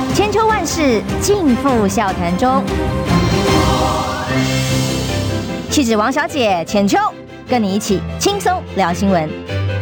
千秋万世尽付笑谈中。气质王小姐浅秋，跟你一起轻松聊新闻。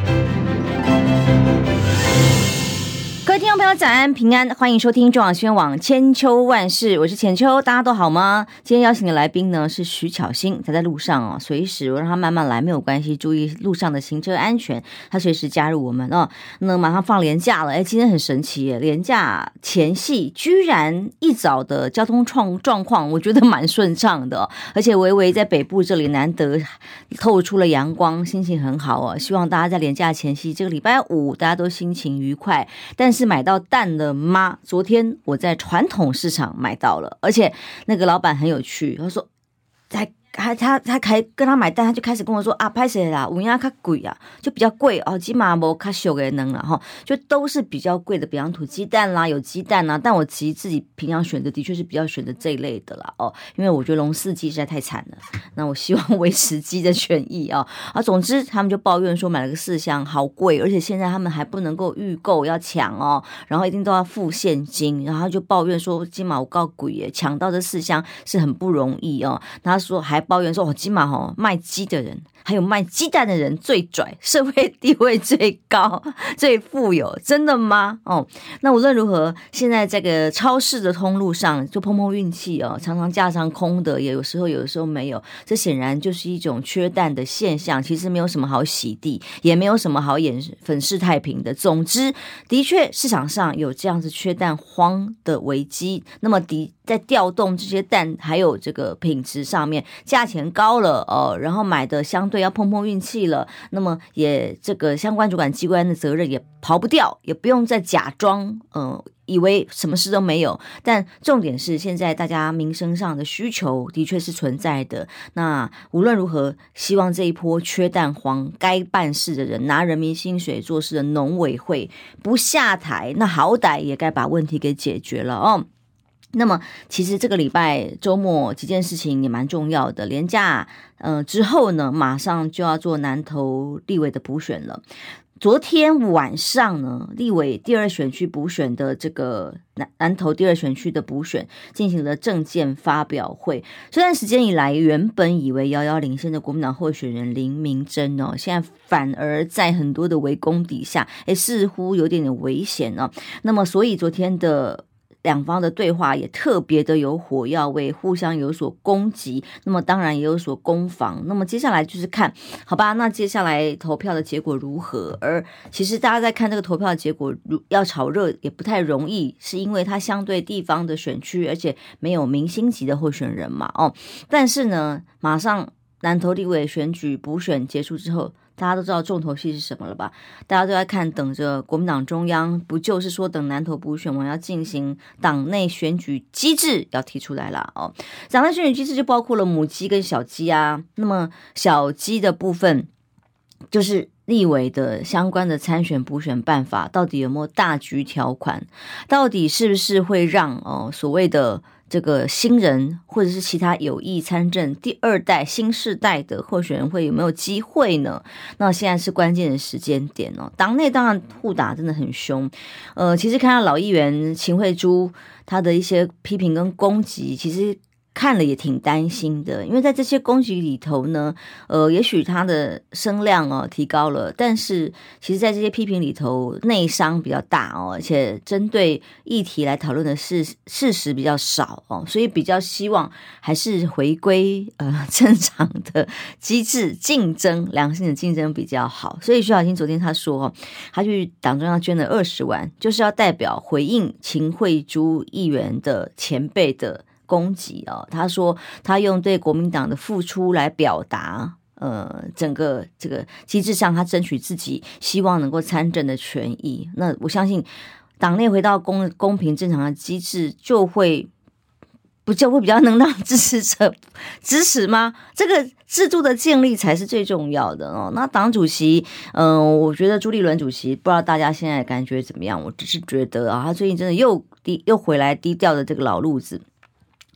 各位听众朋友早安平安，欢迎收听中广新闻网千秋万世，我是浅秋，大家都好吗？今天邀请的来宾呢是徐巧芯，他在路上哦，随时我让他慢慢来没有关系，注意路上的行车安全，他随时加入我们哦。那马上放连假了，今天很神奇耶，连假前夕居然一早的交通状况我觉得蛮顺畅的哦，而且微微在北部这里难得透出了阳光，心情很好哦。希望大家在连假前夕这个礼拜五大家都心情愉快，但是买到蛋了吗？昨天我在传统市场买到了，而且那个老板很有趣，他说他还跟他买蛋，他就开始跟我说啊，拍谁啦，有影较贵啊，就比较贵哦，起码无较俗的能啦哈，就都是比较贵的，比方土鸡蛋啦，有鸡蛋啦，但我其实自己平常选的的确是比较选的这一类的啦哦，因为我觉得龙四鸡实在太惨了，那我希望维持鸡的权益啊。总之他们就抱怨说买了个4箱好贵，而且现在他们还不能够预购，要抢哦，然后一定都要付现金，然后他就抱怨说起码有够贵耶，抢到这4箱是很不容易哦。他说还抱怨说哦，起码卖鸡的人还有卖鸡蛋的人最拽，社会地位最高，最富有，真的吗？哦，那无论如何，现在这个超市的通路上就碰碰运气哦，常常架上空的，也有时候没有，这显然就是一种缺蛋的现象。其实没有什么好洗地，也没有什么好粉饰太平的。总之，的确市场上有这样子缺蛋荒的危机，那么在调动这些蛋还有这个品质上面，价钱高了然后买的相对要碰碰运气了，那么也这个相关主管机关的责任也逃不掉，也不用再假装以为什么事都没有。但重点是现在大家民生上的需求的确是存在的，那无论如何，希望这一波缺蛋荒该办事的人，拿人民薪水做事的农委会不下台，那好歹也该把问题给解决了哦。那么其实这个礼拜周末几件事情也蛮重要的，连假之后呢，马上就要做南投立委的补选了。昨天晚上呢，立委第2选区补选的这个南投第2选区的补选进行了政见发表会。这段时间以来，原本以为遥遥领先的国民党候选人林明珍现在反而在很多的围攻底下，似乎有点危险那么所以昨天的两方的对话也特别的有火药味，互相有所攻击，那么当然也有所攻防。那么接下来就是看好吧，那接下来投票的结果如何？而其实大家在看这个投票的结果要炒热也不太容易，是因为它相对地方的选区，而且没有明星级的候选人嘛但是呢，马上南投立委选举补选结束之后，大家都知道重头戏是什么了吧？大家都在看，等着国民党中央不就是说等南投补选完要进行党内选举机制要提出来了党内选举机制就包括了母鸡跟小鸡啊。那么小鸡的部分就是立委的相关的参选补选办法到底有没有大局条款，到底是不是会让所谓的这个新人或者是其他有意参政第2代新世代的候选人会有没有机会呢？那现在是关键的时间点党内当然互打真的很凶其实看到老议员秦慧珠他的一些批评跟攻击，其实看了也挺担心的，因为在这些攻击里头呢也许他的声量提高了，但是其实在这些批评里头内伤比较大而且针对议题来讨论的事实比较少所以比较希望还是回归正常的机制，竞争良性的竞争比较好。所以徐巧芯昨天他说他去党中央捐了20万，就是要代表回应秦慧珠议员的前辈的攻击他说他用对国民党的付出来表达整个这个机制上他争取自己希望能够参政的权益。那我相信党内回到公平正常的机制就会比较能让支持者支持吗？这个制度的建立才是最重要的那党主席我觉得朱立伦主席不知道大家现在感觉怎么样，我只是觉得他最近真的又回来低调的这个老路子。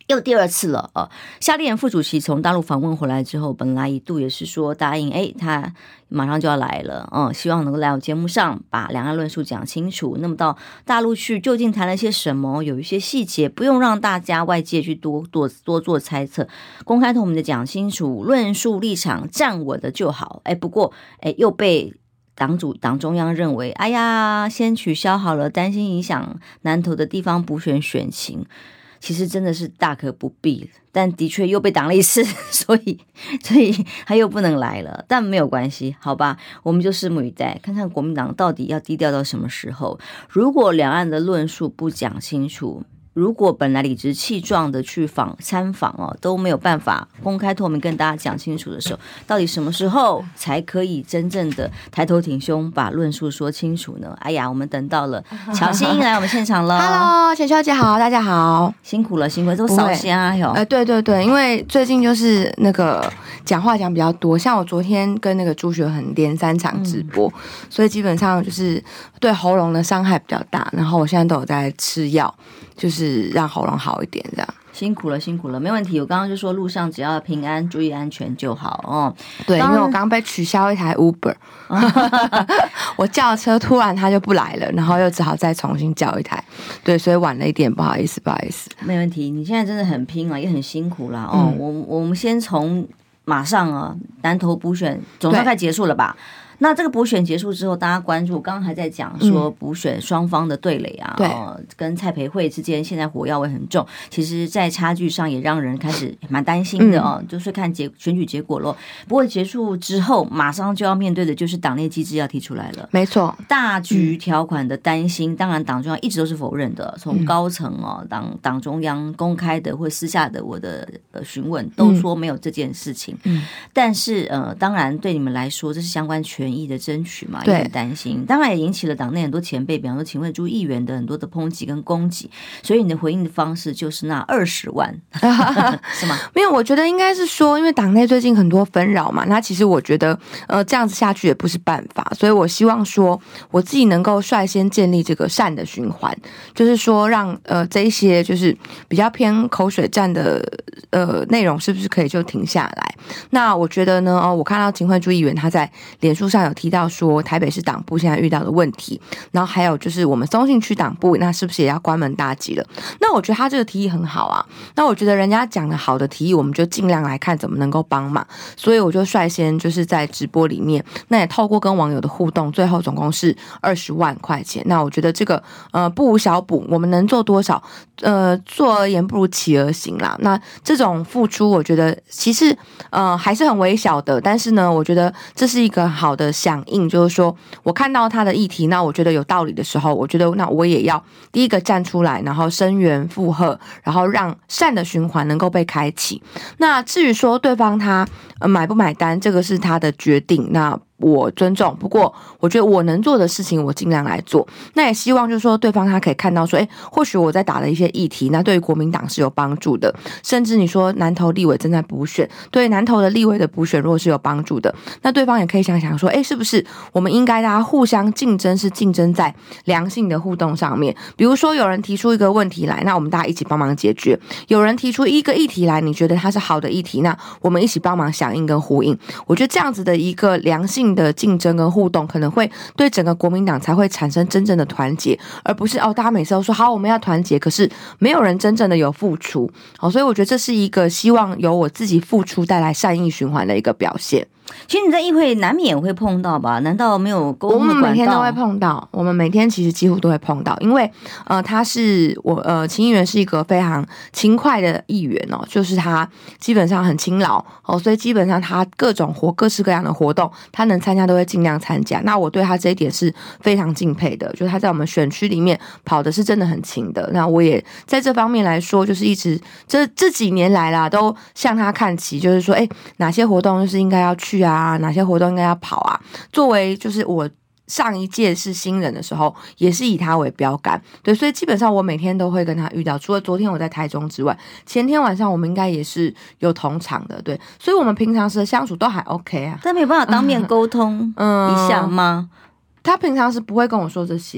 又第2次了夏立言副主席从大陆访问回来之后，本来一度也是说答应，他马上就要来了，希望能够来我节目上把两岸论述讲清楚。那么到大陆去究竟谈了些什么，有一些细节不用让大家外界去多做猜测，公开透明的讲清楚，论述立场站稳的就好。不过又被党中央认为，哎呀，先取消好了，担心影响南投的地方补选选情。其实真的是大可不必，但的确又被挡了一次，所以他又不能来了。但没有关系，好吧，我们就拭目以待，看看国民党到底要低调到什么时候。如果两岸的论述不讲清楚，如果本来理直气壮的去参访都没有办法公开透明跟大家讲清楚的时候，到底什么时候才可以真正的抬头挺胸把论述说清楚呢？哎呀，我们等到了巧心来我们现场了。 Hello， 钱秋姐好，大家好， 辛苦了，都扫瞎哟。 对，因为最近就是那个讲话讲比较多，像我昨天跟那个朱学恒连3场直播，所以基本上就是对喉咙的伤害比较大，然后我现在都有在吃药，就是让喉咙好一点这样。 辛苦了，没问题。我刚刚就说路上只要平安，注意安全就好对，因为我刚被取消一台 Uber， 我叫车突然他就不来了，然后又只好再重新叫一台。对，所以晚了一点，不好意思。 没问题，你现在真的很拼也很辛苦啦我们先从马上南投补选总算快结束了吧？那这个补选结束之后，大家关注，刚刚还在讲说补选双方的对垒跟蔡培慧之间现在火药味很重，其实在差距上也让人开始蛮担心的就是看选举结果咯。不过结束之后马上就要面对的就是党内机制要提出来了， 没错， 大局条款的担心当然党中央一直都是否认的，从高层党中央公开的或私下的我的询问都说没有这件事情但是当然对你们来说这是相关权益的争取嘛，也很担心，当然也引起了党内很多前辈，比方说秦慧珠议员的很多的抨击跟攻击，所以你的回应的方式就是那20万是吗？ 没有，我觉得应该是说，因为党内最近很多纷扰嘛，那其实我觉得这样子下去也不是办法，所以我希望说我自己能够率先建立这个善的循环，就是说让这一些就是比较偏口水战的内容是不是可以就停下来。那我觉得呢我看到秦慧珠议员他在脸书上有提到说台北市党部现在遇到的问题，然后还有就是我们松信区党部那是不是也要关门大吉了。那我觉得他这个提议很好啊，那我觉得人家讲的好的提议我们就尽量来看怎么能够帮忙，所以我就率先就是在直播里面，那也透过跟网友的互动，最后总共是20万块钱。那我觉得这个不无小补，我们能做多少做而言不如起而行啦。那这种付出我觉得其实还是很微小的，但是呢我觉得这是一个好的响应，就是说我看到他的议题，那我觉得有道理的时候，我觉得那我也要第一个站出来，然后声援附和，然后让善的循环能够被开启。那至于说对方他买不买单，这个是他的决定，那我尊重，不过我觉得我能做的事情我尽量来做。那也希望就是说对方他可以看到说或许我在打的一些议题那对于国民党是有帮助的，甚至你说南投立委正在补选，对南投的立委的补选如果是有帮助的，那对方也可以想想说是不是我们应该大家互相竞争，是竞争在良性的互动上面。比如说有人提出一个问题来，那我们大家一起帮忙解决，有人提出一个议题来，你觉得它是好的议题，那我们一起帮忙响应跟呼应。我觉得这样子的一个良性的竞争跟互动可能会对整个国民党才会产生真正的团结，而不是大家每次都说好我们要团结，可是没有人真正的有付出所以我觉得这是一个希望由我自己付出带来善意循环的一个表现。 其实你在议会难免会碰到吧？难道没有沟通的管道？ 我们每天都会碰到，我们每天其实几乎都会碰到，因为他是秦议员是一个非常勤快的议员就是他基本上很勤劳所以基本上他各式各样的活动他能参加都会尽量参加。那我对他这一点是非常敬佩的，就是他在我们选区里面跑的是真的很勤的。那我也在这方面来说，就是一直这几年来啦，都向他看齐，就是说哪些活动就是应该要去啊，哪些活动应该要跑啊。作为就是我上一届是新人的时候也是以他为标杆，对，所以基本上我每天都会跟他遇到，除了昨天我在台中之外，前天晚上我们应该也是有同场的，对，所以我们平常时的相处都还 OK 啊。 但没有办法当面沟通一下吗？ 他平常是不会跟我说这些啊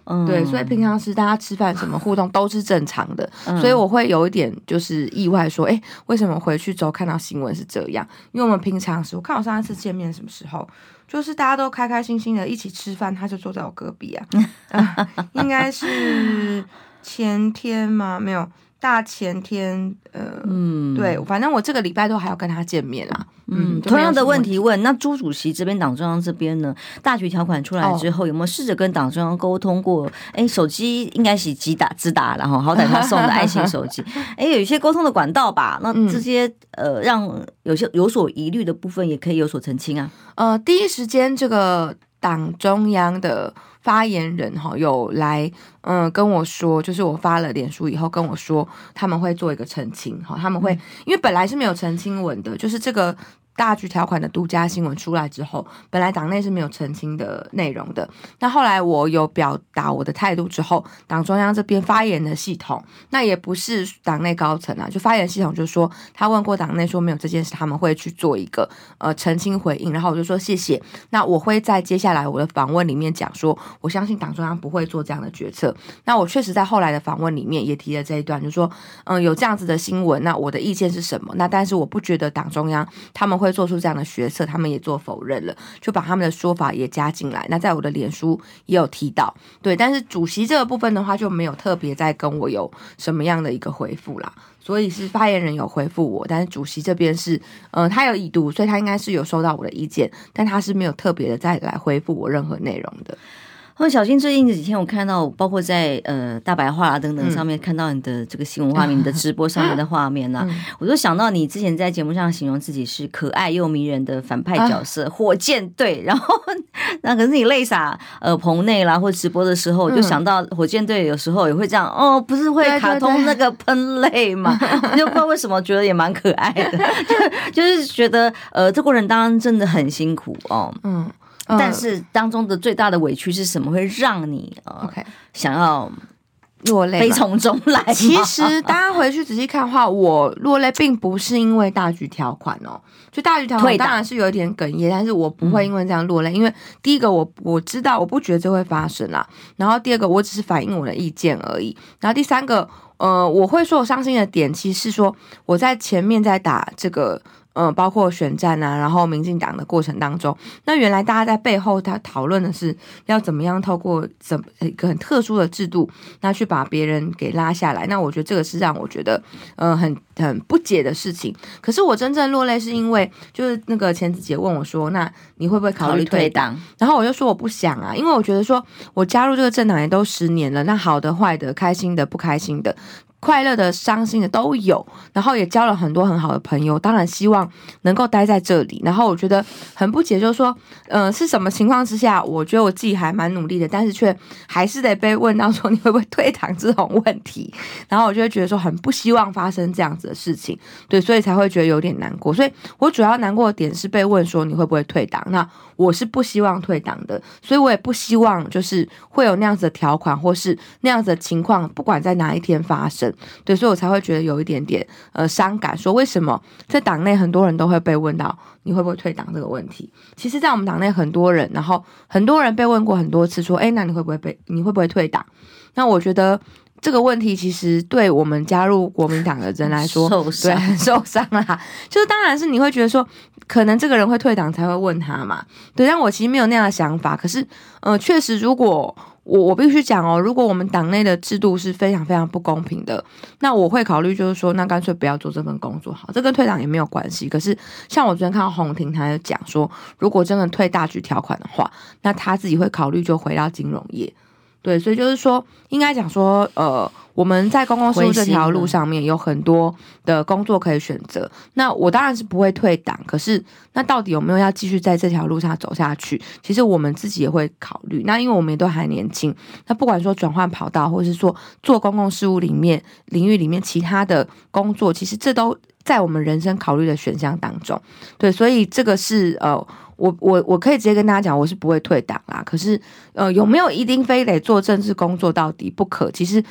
对，所以平常时大家吃饭什么互动都是正常的，所以我会有一点就是意外说，为什么回去之后看到新闻是这样？因为我们平常时，我看我上一次见面什么时候，就是大家都开开心心的一起吃饭，他就坐在我隔壁应该是前天吗？没有。大前天，对，反正我这个礼拜都还要跟他见面啦。 同样的问题问，那朱主席这边党中央这边呢，大局条款出来之后，有没有试着跟党中央沟通过？手机应该是直打，然后好歹他送的爱心手机，有一些沟通的管道吧？那这些让有些有所疑虑的部分，也可以有所澄清啊。 第一时间这个党中央的发言人有来跟我说，就是我发了脸书以后跟我说他们会做一个澄清，他们会因为本来是没有澄清文的，就是这个大局条款的独家新闻出来之后，本来党内是没有澄清的内容的。那后来我有表达我的态度之后，党中央这边发言的系统，那也不是党内高层就发言系统就说他问过党内说没有这件事，他们会去做一个澄清回应。然后我就说谢谢，那我会在接下来我的访问里面讲说，我相信党中央不会做这样的决策。那我确实在后来的访问里面也提了这一段，就说有这样子的新闻，那我的意见是什么？那但是我不觉得党中央他们会做出这样的决策，他们也做否认了，就把他们的说法也加进来。那在我的脸书也有提到，对，但是主席这个部分的话就没有特别在跟我有什么样的一个回复啦，所以是发言人有回复我，但是主席这边是他有已读，所以他应该是有收到我的意见，但他是没有特别的再来回复我任何内容的。 小新最近这几天我看到，包括在大白话等等上面看到你的这个新闻画面，你的直播上面的画面我就想到你之前在节目上形容自己是可爱又迷人的反派角色火箭队，然后那可是你泪洒棚内啦或直播的时候，我就想到火箭队有时候也会这样不是会卡通那个喷泪嘛，我就不知道为什么觉得也蛮可爱的，就是觉得这过程当然真的很辛苦但是当中的最大的委屈是什么？会让你想要落泪， 悲从中来？ 其实大家回去仔细看的话，我落泪并不是因为大局条款就大局条款当然是有一点哽咽，但是我不会因为这样落泪，因为第一个我知道我不觉得这会发生啦，然后第二个我只是反映我的意见而已，然后第三个我会说我伤心的点其实是说我在前面在打这个包括选战然后民进党的过程当中，那原来大家在背后他讨论的是要怎么样透过一个很特殊的制度，那去把别人给拉下来。那我觉得这个是让我觉得很不解的事情。可是我真正落泪是因为就是那个钱子杰问我说，那你会不会考虑退党？然后我就说我不想因为我觉得说我加入这个政党也都10年了，那好的坏的开心的不开心的快乐的伤心的都有，然后也交了很多很好的朋友，当然希望能够待在这里。然后我觉得很不解，就是说是什么情况之下我觉得我自己还蛮努力的，但是却还是得被问到说你会不会退党这种问题，然后我就会觉得说很不希望发生这样子的事情，对，所以才会觉得有点难过。所以我主要难过的点是被问说你会不会退党，那我是不希望退党的，所以我也不希望就是会有那样子的条款或是那样子的情况不管在哪一天发生，对，所以我才会觉得有一点点伤感，说为什么在党内很多人都会被问到你会不会退党这个问题。其实在我们党内很多人，然后很多人被问过很多次说那你会不会退党，那我觉得这个问题其实对我们加入国民党的人来说对很受伤啦，就是当然是你会觉得说可能这个人会退党才会问他嘛，对，但我其实没有那样的想法。可是确实如果我必须讲如果我们党内的制度是非常非常不公平的，那我会考虑就是说那干脆不要做这份工作好，这跟退党也没有关系。可是像我昨天看到洪庭他就讲说如果真的退大局条款的话，那他自己会考虑就回到金融业，对，所以就是说应该讲说我们在公共事务这条路上面有很多的工作可以选择，那我当然是不会退党，可是那到底有没有要继续在这条路上走下去，其实我们自己也会考虑。那因为我们也都还年轻，那不管说转换跑道或是说做公共事务领域里面其他的工作，其实这都在我们人生考虑的选项当中，对，所以这个是我可以直接跟大家讲我是不会退党啦，可是有没有一定非得做政治工作到底不可，其实不管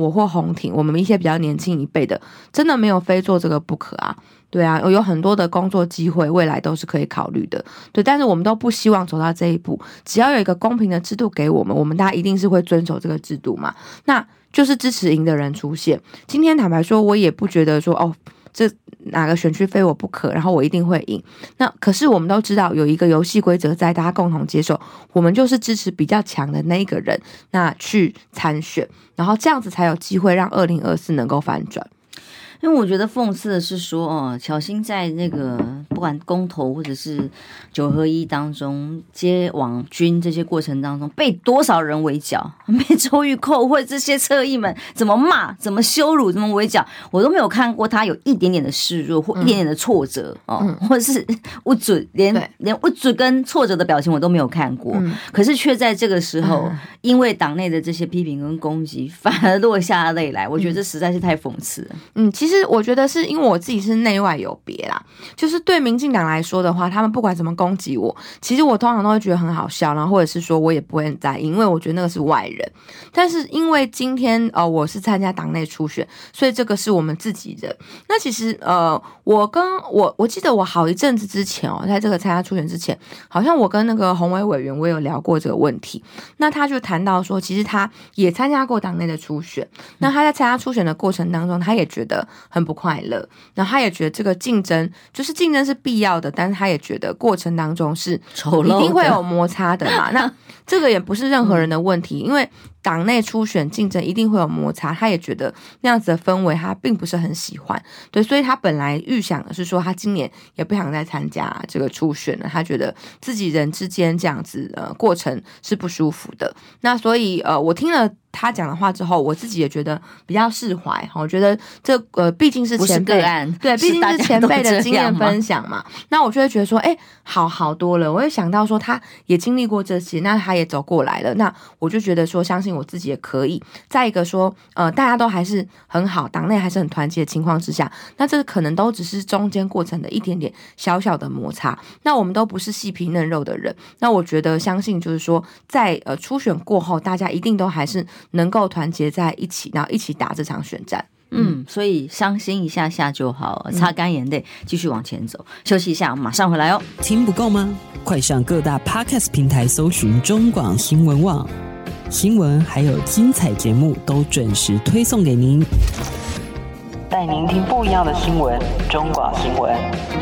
我或洪庭，我们一些比较年轻一辈的，真的没有非做这个不可啊。对啊，有很多的工作机会，未来都是可以考虑的。对，但是我们都不希望走到这一步。只要有一个公平的制度给我们，我们大家一定是会遵守这个制度嘛。那就是支持赢的人出现。今天坦白说，我也不觉得说这哪个选区非我不可，然后我一定会赢。那可是我们都知道有一个游戏规则在，大家共同接受，我们就是支持比较强的那一个人，那去参选，然后这样子才有机会让2024能够翻转。 因为我觉得讽刺的是说，巧芯在那个不管公投或者是9合1当中接网军这些过程当中，被多少人围剿，被周玉蔻或者这些侧翼们怎么骂、怎么羞辱、怎么围剿，我都没有看过他有一点点的示弱或一点点的挫折或者是不准，连不准跟挫折的表情我都没有看过。可是却在这个时候，因为党内的这些批评跟攻击，反而落下泪来。我觉得这实在是太讽刺了。 其实我觉得是因为我自己是内外有别啦，就是对民进党来说的话，他们不管怎么攻击我，其实我通常都会觉得很好笑，然后或者是说我也不会很在意，因为我觉得那个是外人。但是因为今天我是参加党内初选，所以这个是我们自己人。那其实我记得我好一阵子之前在这个参加初选之前，好像我跟那个洪伟委员我有聊过这个问题。那他就谈到说，其实他也参加过党内的初选，那他在参加初选的过程当中，他也觉得很不快乐，然后他也觉得这个竞争是必要的，但是他也觉得过程当中是丑陋的， 一定会有摩擦的嘛。那这个也不是任何人的问题，因为党内初选竞争一定会有摩擦，他也觉得那样子的氛围他并不是很喜欢。对，所以他本来预想的是说他今年也不想再参加这个初选了，他觉得自己人之间这样子过程是不舒服的。那所以我听了他讲的话之后，我自己也觉得比较释怀。我觉得这毕竟是前辈，对，毕竟是前辈的经验分享嘛。那我就会觉得说，好多了。我会想到说，他也经历过这些，那他也走过来了。那我就觉得说，相信我自己也可以。再一个说，大家都还是很好，党内还是很团结的情况之下，那这可能都只是中间过程的一点点小小的摩擦。那我们都不是细皮嫩肉的人。那我觉得相信就是说，在初选过后，大家一定都还是能够团结在一起，然后一起打这场选战。 所以伤心一下下就好，擦干眼泪，继续往前走。休息一下，马上回来哦。 听不够吗？快上各大 Podcast 平台搜寻中广新闻网，新闻还有精彩节目都准时推送给您，带您听不一样的新闻。中广新闻，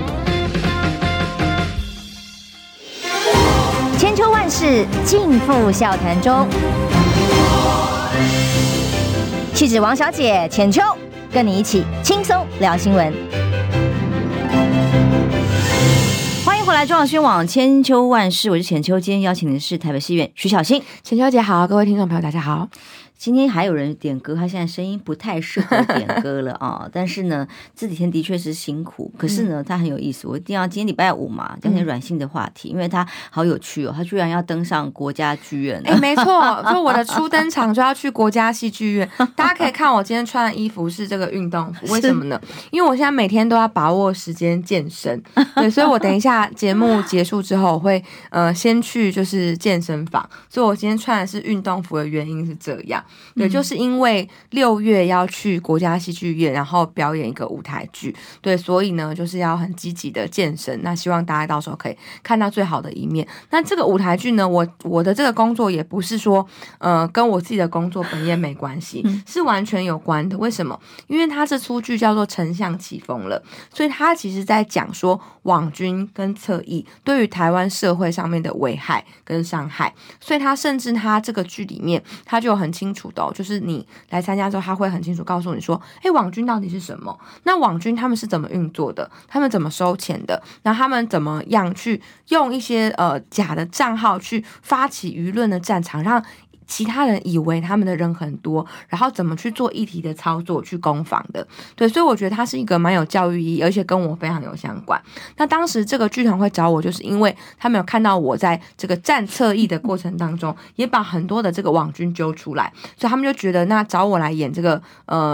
千秋万世尽付笑谈中。气质王小姐浅秋，跟你一起轻松聊新闻。 欢迎回来，中广宣网千秋万世，我是浅秋。今天邀请的是台北市议员徐巧芯。 浅秋姐好，各位听众朋友大家好。 今天还有人点歌，他现在声音不太适合点歌了啊。但是呢，这几天的确是辛苦，可是呢，他很有意思。我一定要今天礼拜5嘛，讲点软性的话题，因为他好有趣哦。他居然要登上国家剧院， 没错，说我的初登场就要去国家戏剧院。大家可以看我今天穿的衣服是这个运动服，为什么呢？因为我现在每天都要把握时间健身，对，所以我等一下节目结束之后，我会先去就是健身房，所以我今天穿的是运动服的原因是这样。对，就是因为6月要去国家戏剧院，然后表演一个舞台剧，对，所以呢，就是要很积极的健身。那希望大家到时候可以看到最好的一面。那这个舞台剧呢，我的这个工作也不是说跟我自己的工作本业没关系，是完全有关的。为什么？因为它这出剧叫做《丞相起风了》，所以它其实在讲说网军跟侧翼对于台湾社会上面的危害跟伤害。所以它甚至它这个剧里面，它就很清楚的就是你来参加之后，他会很清楚告诉你说，网军到底是什么？那网军他们是怎么运作的？他们怎么收钱的？那他们怎么样去用一些假的账号去发起舆论的战场，让其他人以为他们的人很多，然后怎么去做议题的操作去攻防的。对，所以我觉得它是一个蛮有教育意义，而且跟我非常有相关。那当时这个剧团会找我，就是因为他们有看到我在这个站侧翼的过程当中，也把很多的这个网军揪出来，所以他们就觉得那找我来演这个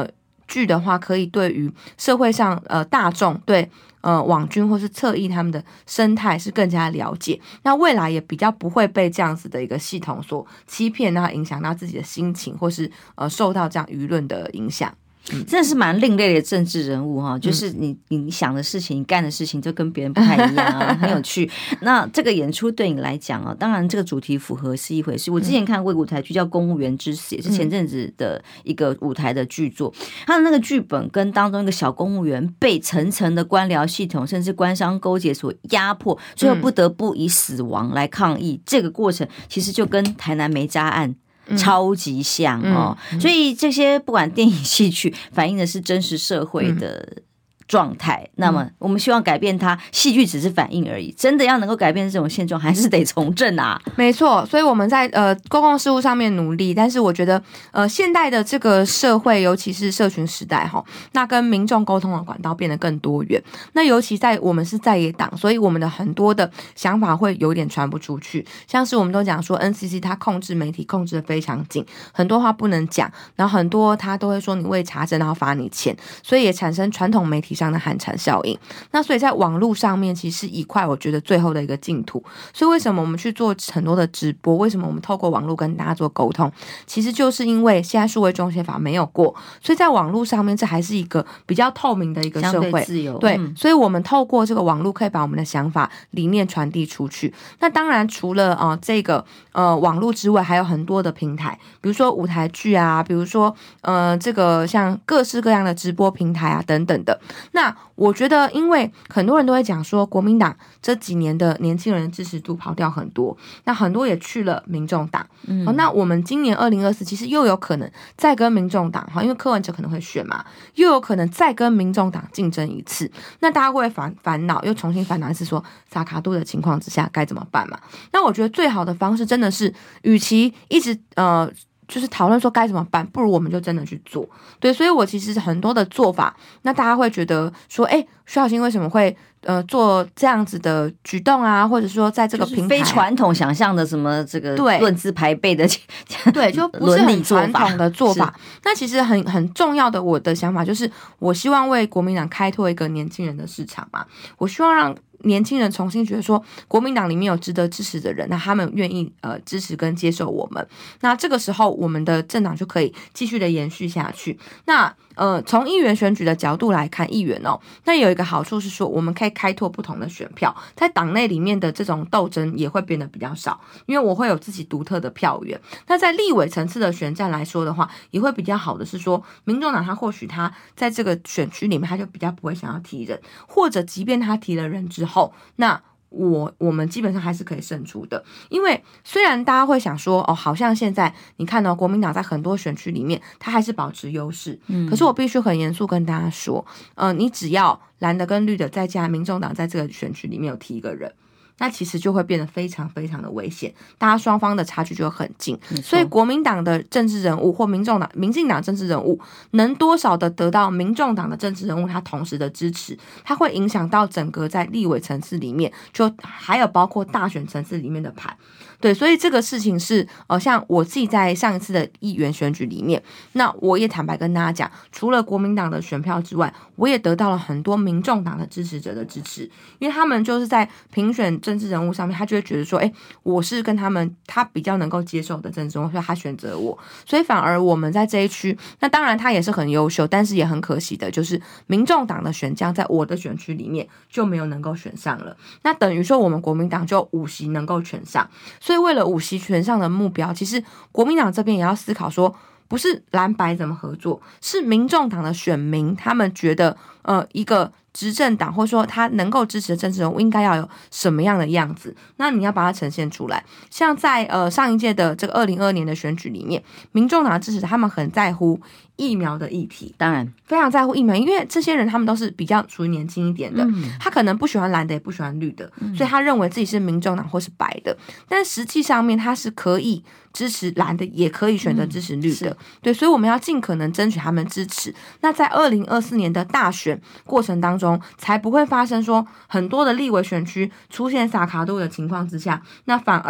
剧的话，可以对于社会上大众对网军或是侧翼他们的生态是更加了解，那未来也比较不会被这样子的一个系统所欺骗，然后影响到自己的心情，或是受到这样舆论的影响。 真的是蛮另类的政治人物哈，就是你想的事情、你干的事情就跟别人不太一样啊，很有趣。那这个演出对你来讲啊，当然这个主题符合是一回事。我之前看过一个舞台剧叫《公务员之死》，也是前阵子的一个舞台的剧作。他的那个剧本跟当中一个小公务员被层层的官僚系统甚至官商勾结所压迫，最后不得不以死亡来抗议。这个过程其实就跟台南梅渣案超级像哦，所以这些不管电影戏剧反映的是真实社会的状态，那么我们希望改变它，戏剧只是反应而已，真的要能够改变这种现状，还是得从政啊。 没错，所以我们在公共事务上面努力，但是我觉得现代的这个社会，尤其是社群时代哈，那跟民众沟通的管道变得更多元。那尤其在我们是在野党，所以我们的很多的想法会有点传不出去。像是我们都讲说 NCC 它控制媒体控制的非常紧，很多话不能讲，然后很多他都会说你未查证然后罚你钱，所以也产生传统媒体上的寒蝉效应。那所以在网络上面其实一块我觉得最后的一个净土。所以为什么我们去做很多的直播，为什么我们透过网络跟大家做沟通，其实就是因为现在数位中协法没有过，所以在网络上面这还是一个比较透明的一个社会， 相对自由。 对，所以我们透过这个网络可以把我们的想法理念传递出去。那当然除了这个网络之外，还有很多的平台，比如说舞台剧啊，比如说这个像各式各样的直播平台啊等等的。那我觉得因为很多人都会讲说国民党这几年的年轻人的支持度跑掉很多，那很多也去了民众党。那我们今年2024其实又有可能再跟民众党，因为柯文哲可能会选嘛，又有可能再跟民众党竞争一次。那大家会烦恼，又重新烦恼一次说萨卡都的情况之下该怎么办嘛？那我觉得最好的方式真的是，与其一直就是讨论说该怎么办，不如我们就真的去做。对，所以我其实很多的做法，那大家会觉得说，徐小新为什么会做这样子的举动啊，或者说在这个平台非传统想象的什么这个论资排辈的， 对，就不是很传统的做法。那其实很重要的，我的想法就是，我希望为国民党开拓一个年轻人的市场嘛，我希望让年轻人重新觉得说国民党里面有值得支持的人，那他们愿意支持跟接受我们，那这个时候我们的政党就可以继续的延续下去。那从议员选举的角度来看，议员那有一个好处是说，我们可以开拓不同的选票，在党内里面的这种斗争也会变得比较少，因为我会有自己独特的票源。那在立委层次的选战来说的话，也会比较好的是说，民众党他或许他在这个选区里面他就比较不会想要提人，或者即便他提了人之后，那我们基本上还是可以胜出的。因为虽然大家会想说好像现在你看到国民党在很多选区里面他还是保持优势，可是我必须很严肃跟大家说，你只要蓝的跟绿的再加民众党在这个选区里面有提一个人，那其实就会变得非常非常的危险，大家双方的差距就很近。所以国民党的政治人物或民进党政治人物能多少的得到民众党的政治人物他同时的支持，它会影响到整个在立委层次里面，就还有包括大选层次里面的盘。对，所以这个事情是像我自己在上一次的议员选举里面，那我也坦白跟大家讲，除了国民党的选票之外，我也得到了很多民众党的支持者的支持，因为他们就是在评选政治人物上面，他就会觉得说，我是跟他比较能够接受的政治人物，所以他选择我。所以反而我们在这一区，那当然他也是很优秀，但是也很可惜的就是民众党的选将在我的选区里面就没有能够选上了，那等于说我们国民党就5席能够选上。所以为了5席全上的目标，其实国民党这边也要思考说，不是蓝白怎么合作，是民众党的选民他们觉得一个执政党或者说他能够支持的政治人物应该要有什么样的样子，那你要把它呈现出来。像在上一届的这个2022年的选举里面，民众党的支持他们很在乎疫苗的议题， 当然非常在乎疫苗，因为这些人他们都是比较属于年轻一点的，他可能不喜欢蓝的也不喜欢绿的，所以他认为自己是民众党或是白的，但实际上面他是可以支持蓝的，也可以选择支持绿的，对，所以我们要尽可能争取他们支持。那在2024年的大选过程当中，才不会发生说很多的立委选区出现萨卡度的情况之下，那反而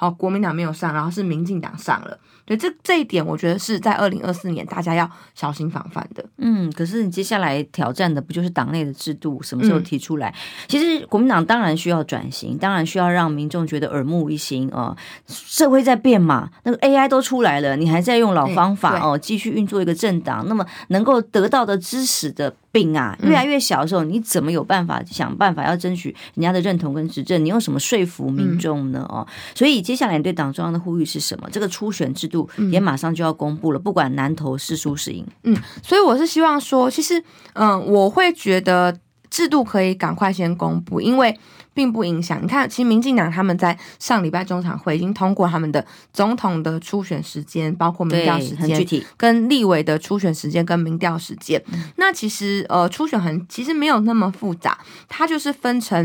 国民党没有上，然后是民进党上了。对，这一点我觉得是在2024年大家要小心防范的。 可是你接下来挑战的不就是党内的制度什么时候提出来？其实国民党当然需要转型，当然需要让民众觉得耳目一新社会在变嘛，那个 AI 都出来了，你还在用老方法继续运作一个政党，那么能够得到的支持的饼啊越来越小的时候，你怎么有办法想办法要争取人家的认同跟执政？你用什么说服民众呢？所以接下来你对党中央的呼吁是什么？这个初选制度也马上就要公布了，不管南投是输是赢。 所以我是希望说，其实我会觉得制度可以赶快先公布，因为并不影响。你看，其实民进党他们在上礼拜中常会已经通过他们的总统的初选时间，包括民调时间，跟立委的初选时间跟民调时间。那其实初选其实没有那么复杂，它就是分成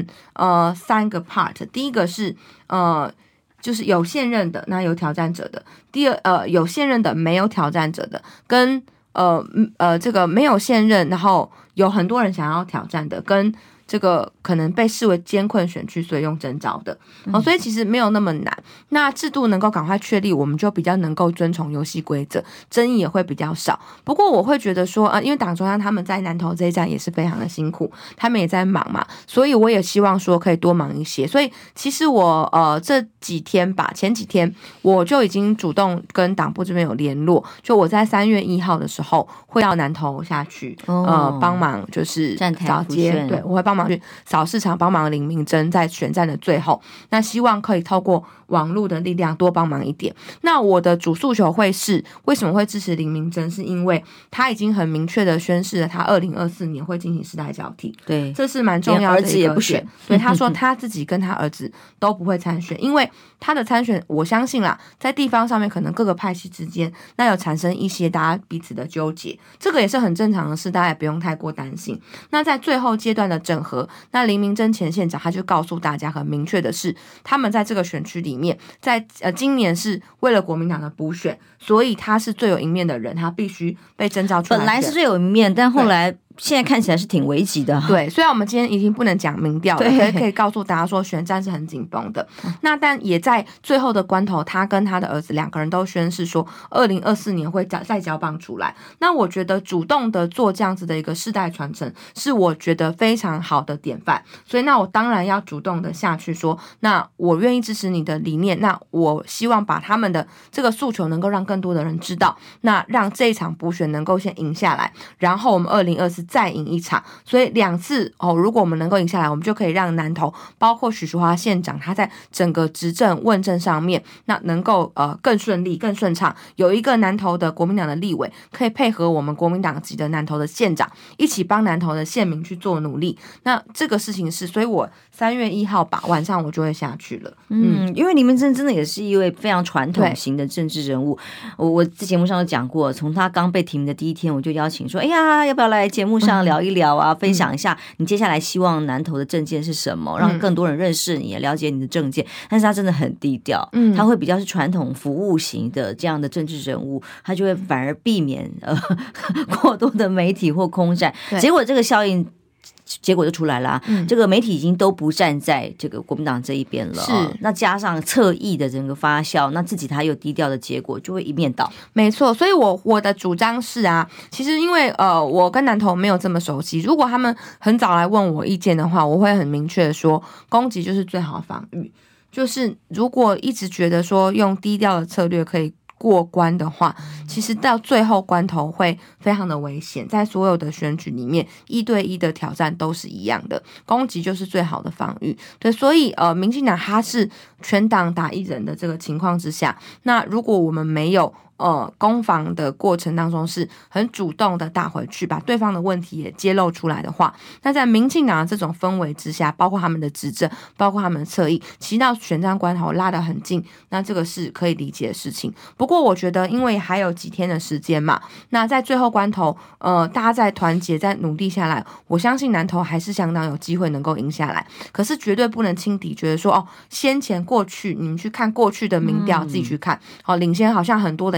3个 part。第一个是就是有现任的，那有挑战者的；第二有现任的没有挑战者的，跟这个没有现任，然后有很多人想要挑战的，跟这个可能被视为艰困选区，所以用征召的所以其实没有那么难。那制度能够赶快确立，我们就比较能够遵从游戏规则，争议也会比较少。不过我会觉得说因为党中央他们在南投这一站也是非常的辛苦，他们也在忙嘛，所以我也希望说可以多忙一些。所以其实我这几天吧，前几天我就已经主动跟党部这边有联络，就我在3月1号的时候会到南投下去帮忙，就是扫街，对，我会帮忙去扫市场，帮忙林明珍在选战的最后，那希望可以透过网络的力量多帮忙一点。那我的主诉求会是，为什么会支持林明珍，是因为他已经很明确的宣示了他2024年会进行世代交替， 对， 这是蛮重要的一个点。儿子也不选， 对，他说他自己跟他儿子都不会参选，因为他的参选，我相信啦，在地方上面可能各个派系之间那有产生一些大家彼此的纠结，这个也是很正常的事，大家也不用太过担心。那在最后阶段的整合，那林明珍前县长他就告诉大家很明确的是，他们在这个选区里面，在今年是为了国民党的补选，所以他是最有赢面的人，他必须被征召出来。 本来是最有赢面，但后来现在看起来是挺危急的。 对，虽然我们今天已经不能讲民调了，可以告诉大家说选战是很紧绷的。那但也在最后的关头，他跟他的儿子2个人都宣示说2024年会再交棒出来。那我觉得主动的做这样子的一个世代传承，是我觉得非常好的典范。所以那我当然要主动的下去说，那我愿意支持你的理念，那我希望把他们的这个诉求能够让更多的人知道，那让这一场补选能够先赢下来，然后我们2024再赢一场。所以2次如果我们能够赢下来，我们就可以让南投包括许淑华县长他在整个执政问政上面那能够更顺利更顺畅，有一个南投的国民党的立委可以配合我们国民党籍的南投的县长一起帮南投的县民去做努力。那这个事情是，所以我3月1号吧晚上我就会下去了。 因为林明珍真的也是一位非常传统型的政治人物。我在节目上有讲过，从他刚被提名的第一天，我就邀请说，哎呀，要不要来节目上聊一聊啊，分享一下你接下来希望南投的政见是什么，让更多人认识你，也了解你的政见。但是他真的很低调，他会比较是传统服务型的这样的政治人物，他就会反而避免过多的媒体或空战，结果这个效应结果就出来了这个媒体已经都不站在这个国民党这一边了，是那加上侧翼的整个发酵，那自己他又低调的结果，就会一面倒。 没错，所以我的主张是其实因为我跟南投没有这么熟悉，如果他们很早来问我意见的话，我会很明确的说，攻击就是最好的防御。就是如果一直觉得说用低调的策略可以过关的话，其实到最后关头会非常的危险。在所有的选举里面，1对1的挑战都是一样的，攻击就是最好的防御。对，所以民进党他是全党打1人的这个情况之下，那如果我们没有攻防的过程当中是很主动的打回去，把对方的问题也揭露出来的话，那在民进党的这种氛围之下，包括他们的执政，包括他们的侧翼，其实到选战关头拉得很近，那这个是可以理解的事情。不过我觉得因为还有几天的时间嘛，那在最后关头大家在团结在努力下来，我相信南投还是相当有机会能够赢下来。可是绝对不能轻敌，觉得说先前过去你们去看过去的民调，自己去看领先好像很多的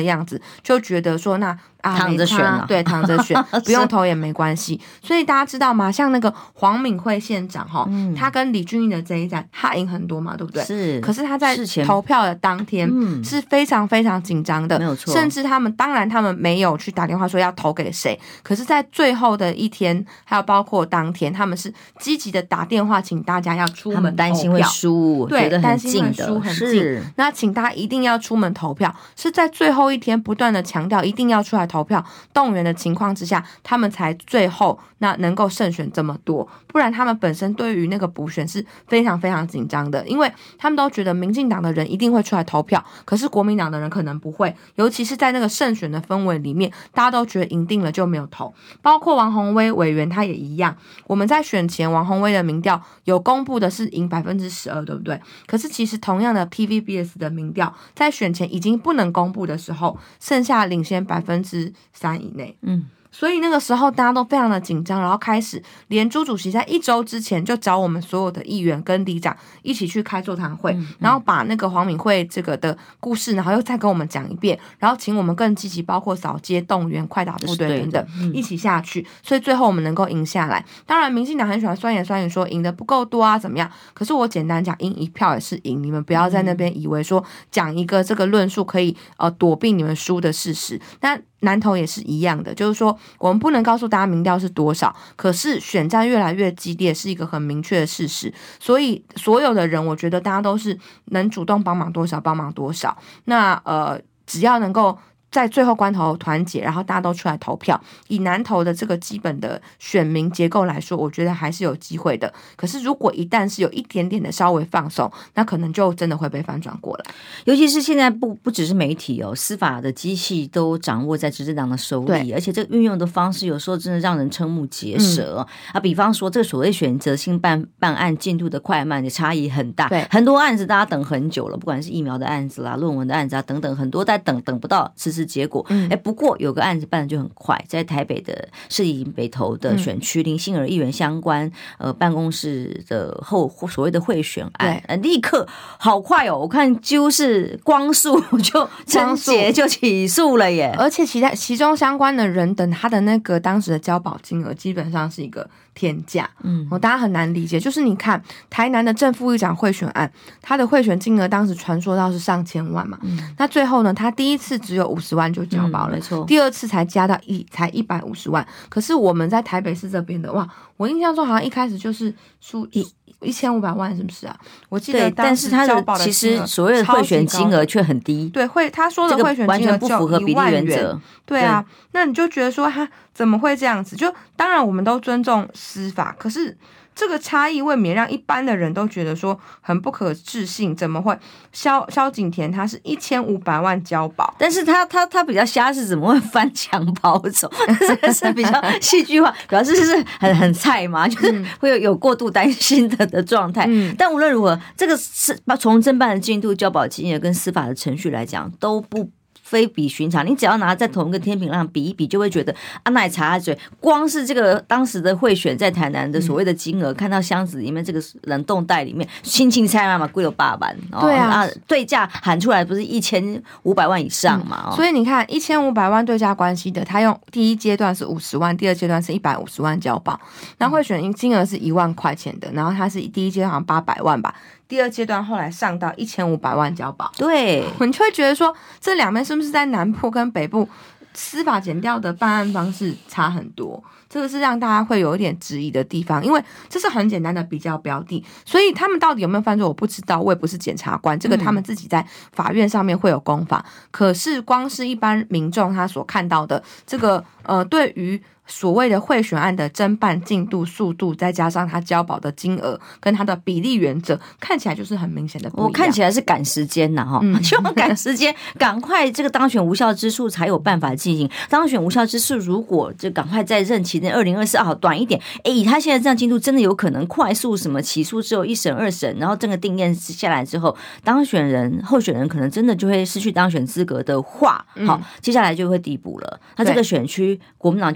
样子，就觉得说那躺着选啊， 对，躺着选，不用投也没关系。所以大家知道吗？像那个黄敏惠县长他跟李俊毅的这一战，他赢很多嘛，对不对？ 是。 可是他在投票的当天是非常非常紧张的， 没有错。 甚至他们没有去打电话说要投给谁，可是在最后的一天，还有包括当天，他们是积极的打电话请大家要出门投票， 担心会输， 对， 担心会输很近。那请大家一定要出门投票，是在最后一天不断的强调一定要出来投票动员的情况之下，他们才最后那能够胜选这么多，不然他们本身对于那个补选是非常非常紧张的，因为他们都觉得民进党的人一定会出来投票，可是国民党的人可能不会，尤其是在那个胜选的氛围里面，大家都觉得赢定了就没有投。包括王宏威委员他也一样，我们在选前王宏威的民调有公布的是赢12%，对不对？可是其实同样的 TVBS 的民调在选前已经不能公布的时候，剩下领先3%以内。所以那个时候大家都非常的紧张，然后开始连朱主席在1周之前就找我们所有的议员跟里长一起去开座谈会，然后把那个黄敏惠这个的故事，然后又再跟我们讲一遍，然后请我们更积极，包括扫街动员、快打部队等等一起下去，所以最后我们能够赢下来。当然民进党很喜欢酸言酸语说赢的不够多啊怎么样，可是我简单讲，赢1票也是赢，你们不要在那边以为说讲一个这个论述可以躲避你们输的事实。那南投也是一样的，就是说我们不能告诉大家民调是多少，可是选战越来越激烈是一个很明确的事实，所以所有的人我觉得大家都是能主动帮忙多少帮忙多少，那只要能够在最后关头团结，然后大家都出来投票，以南投的这个基本的选民结构来说，我觉得还是有机会的。可是如果一旦是有一点点的稍微放松，那可能就真的会被翻转过来。 尤其是现在不只是媒体司法的机器都掌握在执政党的手里，而且这个运用的方式有时候真的让人瞠目结舌比方说这个所谓选择性办案进度的快慢的差异很大， 对， 很多案子大家等很久了，不管是疫苗的案子啦、论文的案子啊等等，很多在等不到结果。不过有个案子办得就很快，在台北的市立北投的选区林欣儿议员相关办公室的所谓的贿选案，立刻好快我看几乎是光速就侦结就起诉了耶， 而且其中相关的人等他的那个当时的交保金额基本上是一个天价，大家很难理解。就是你看台南的正副议长贿选案，他的贿选金额当时传说到是上千万嘛，那最后呢，他第一次只有50万就交保了， 没错， 第二次才加到才150万。可是我们在台北市这边的，哇，我印象中好像一开始就是输1500万，是不是啊？我记得当时交保的其实所谓的贿选金额却很低， 对，他说的贿选金额不符合比例原则， 对啊，那你就觉得说他怎么会这样子？就当然我们都尊重司法，可是这个差异未免让一般的人都觉得说很不可置信，怎么会？萧景田他是1500万交保， 但是他比较瞎，是怎么会翻墙跑走？这个是比较戏剧化，表示是很菜嘛，就是会有过度担心的状态。但无论如何，这个是从侦办的进度、交保金额跟司法的程序来讲，都非比寻常，你只要拿在同一个天平上比一比，就会觉得那也插嘴。光是这个当时的贿选在台南的所谓的金额，看到箱子里面这个冷冻袋里面，轻菜嘛贵了8万， 对啊， 对价喊出来不是1500万以上嘛？ 所以你看1500万对价关系的，他用第一阶段是50万，第二阶段是150万交保，那贿选金额是1万块钱的，然后他是第一阶段好像800万吧。第二阶段后来上到1500万交保， 对， 你就会觉得说这两边是不是在南部跟北部司法检调的办案方式差很多？这个是让大家会有一点质疑的地方，因为这是很简单的比较标的，所以他们到底有没有犯罪我不知道，我也不是检察官，这个他们自己在法院上面会有公法。可是光是一般民众他所看到的这个对于所谓的贿选案的侦办进度、速度，再加上他交保的金额跟他的比例原则，看起来就是很明显的不一样。 我看起来是赶时间呐，希望赶时间，赶快这个当选无效之诉才有办法进行。当选无效之诉，如果就赶快在任期内2024好短一点，以他现在这样进度，真的有可能快速什么起诉之后1审2审，然后这个定验下来之后，候选人可能真的就会失去当选资格的话，好，接下来就会递补了。那这个选区国民党就会丢掉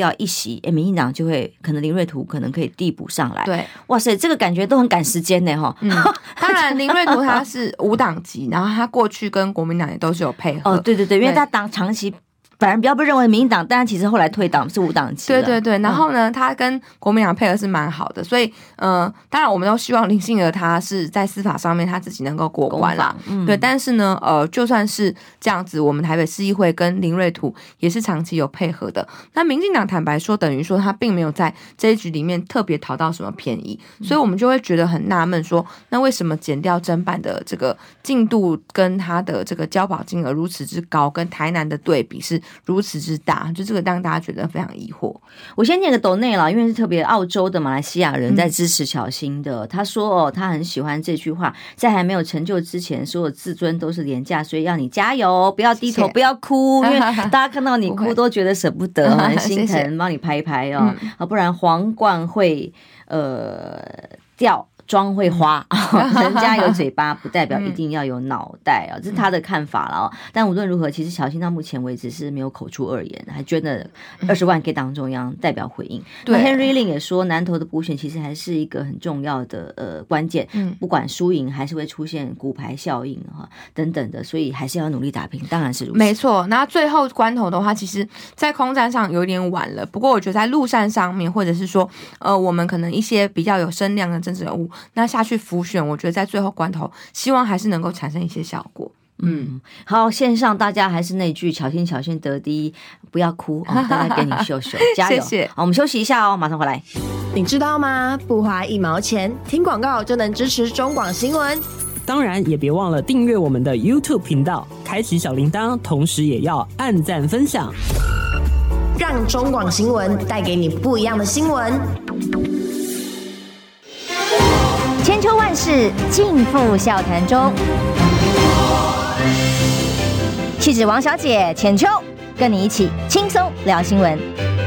掉一席，民进党就会可能林瑞图可能可以递补上来。 对， 哇塞，这个感觉都很赶时间呢哈。 当然林瑞图他是无党籍，然后他过去跟国民党也都是有配合。 对，因为他长期。反而不要被认为民进党，但其实后来退党是无党籍。 对，然后呢，他跟国民党配合是蛮好的，所以当然我们都希望林杏儿他是在司法上面他自己能够过关啦。对，但是呢，就算是这样子，我们台北市议会跟林瑞图也是长期有配合的。那民进党坦白说，等于说他并没有在这一局里面特别讨到什么便宜，所以我们就会觉得很纳闷，说那为什么检调侦办的这个进度跟他的这个交保金额如此之高，跟台南的对比是如此之大，就这个让大家觉得非常疑惑。 我先念个抖内啦，因为是特别澳洲的马来西亚人在支持巧芯的，他说他很喜欢这句话，在还没有成就之前，所有自尊都是廉价，所以要你加油，不要低头，不要哭，因为大家看到你哭都觉得舍不得，很心疼，帮你拍一拍哦，不然皇冠会掉。妆会花，人家有嘴巴不代表一定要有脑袋啊，这是他的看法了哦。但无论如何，其实巧芯到目前为止是没有口出恶言，还捐了20万给党中央代表回应。对 ，Henry Lin 也说，南投的补选其实还是一个很重要的关键，不管输赢还是会出现骨牌效应哈等等的，所以还是要努力打拼，当然是如此。 没错，那最后关头的话，其实在空战上有点晚了，不过我觉得在陆战上面，或者是说我们可能一些比较有声量的政治人物。那下去辅选，我觉得在最后关头，希望还是能够产生一些效果。 好，线上大家还是那句巧芯得第一，不要哭哦，大家给你秀秀，加油！ 谢谢。 好，我们休息一下哦，马上回来。 你知道吗？不花1毛钱，听广告就能支持中广新闻。 当然，也别忘了订阅我们的 YouTube 频道，开启小铃铛，同时也要按赞分享， 让中广新闻带给你不一样的新闻。千秋万世尽付笑谈中，气质王小姐浅秋，跟你一起轻松聊新闻。